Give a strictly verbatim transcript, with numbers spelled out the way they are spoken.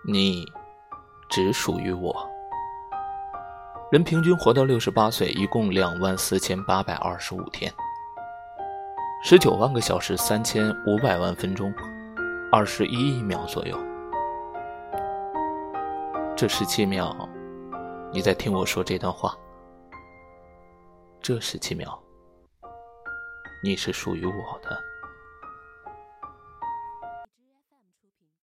你只属于我。人平均活到六十八岁，一共两万四千八百二十五天，十九万个小时，三千五百万分钟，二十一亿秒左右。这十七秒，你在听我说这段话。这十七秒，你是属于我的。